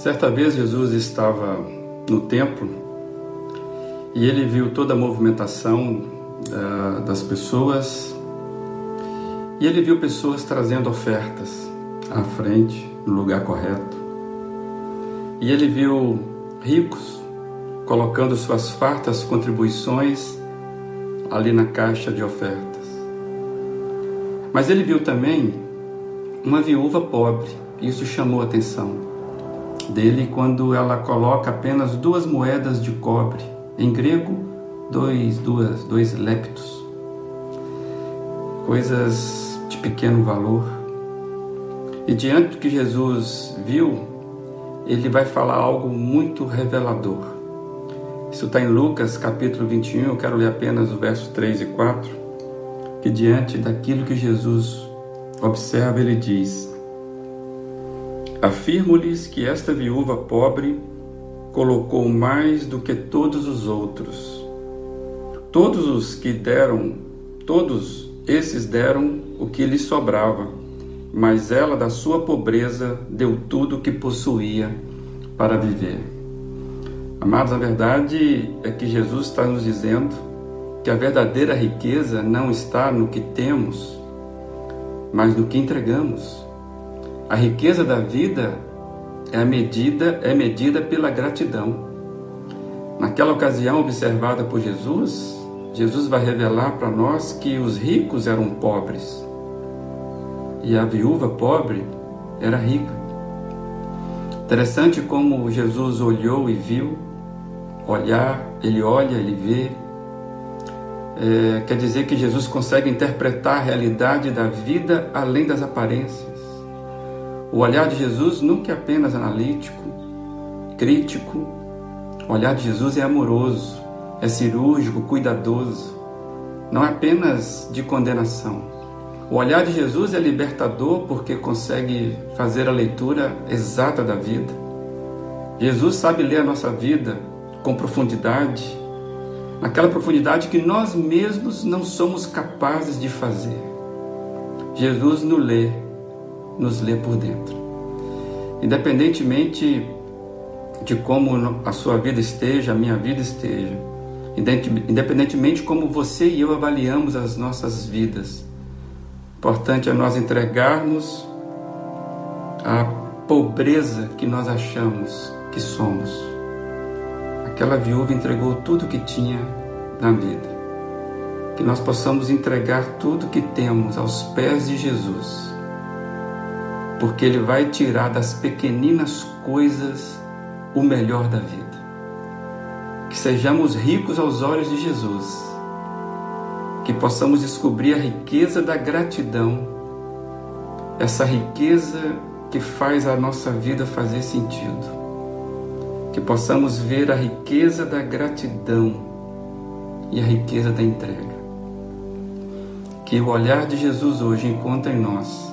Certa vez Jesus estava no templo e ele viu toda a movimentação das pessoas e ele viu pessoas trazendo ofertas à frente, no lugar correto. E ele viu ricos colocando suas fartas contribuições ali na caixa de ofertas. Mas ele viu também uma viúva pobre. Isso chamou a atenção dele quando ela coloca apenas 2 moedas de cobre, em grego, dois leptos, coisas de pequeno valor. E diante do que Jesus viu, ele vai falar algo muito revelador. Isso está em Lucas capítulo 21, eu quero ler apenas o verso 3 e 4, que diante daquilo que Jesus observa, ele diz: afirmo-lhes que esta viúva pobre colocou mais do que todos os outros. Todos esses deram o que lhes sobrava, mas ela da sua pobreza deu tudo o que possuía para viver. Amados, a verdade é que Jesus está nos dizendo que a verdadeira riqueza não está no que temos, mas no que entregamos. A riqueza da vida é medida pela gratidão. Naquela ocasião observada por Jesus, Jesus vai revelar para nós que os ricos eram pobres e a viúva pobre era rica. Interessante como Jesus olhou e viu. Ele olha, ele vê. Quer dizer que Jesus consegue interpretar a realidade da vida além das aparências. O olhar de Jesus nunca é apenas analítico, crítico. O olhar de Jesus é amoroso, é cirúrgico, cuidadoso. Não é apenas de condenação. O olhar de Jesus é libertador porque consegue fazer a leitura exata da vida. Jesus sabe ler a nossa vida com profundidade, naquela profundidade que nós mesmos não somos capazes de fazer. Jesus nos lê por dentro. Independentemente de como a sua vida esteja, a minha vida esteja, independentemente de como você e eu avaliamos as nossas vidas, importante é nós entregarmos a pobreza que nós achamos que somos. Aquela viúva entregou tudo que tinha na vida. Que nós possamos entregar tudo que temos aos pés de Jesus, porque Ele vai tirar das pequeninas coisas o melhor da vida. Que sejamos ricos aos olhos de Jesus, que possamos descobrir a riqueza da gratidão, essa riqueza que faz a nossa vida fazer sentido. Que possamos ver a riqueza da gratidão e a riqueza da entrega. Que o olhar de Jesus hoje encontre em nós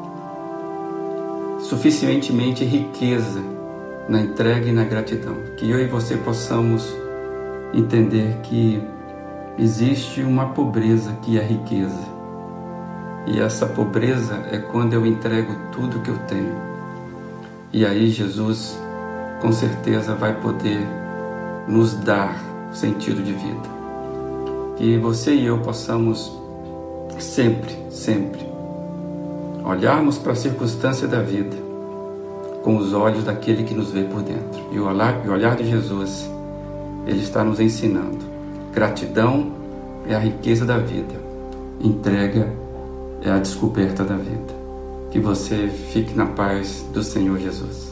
suficientemente riqueza na entrega e na gratidão. Que eu e você possamos entender que existe uma pobreza que é riqueza. E essa pobreza é quando eu entrego tudo que eu tenho. E aí Jesus com certeza vai poder nos dar sentido de vida. Que você e eu possamos sempre olharmos para a circunstância da vida com os olhos daquele que nos vê por dentro. E o olhar de Jesus, Ele está nos ensinando. Gratidão é a riqueza da vida. Entrega é a descoberta da vida. Que você fique na paz do Senhor Jesus.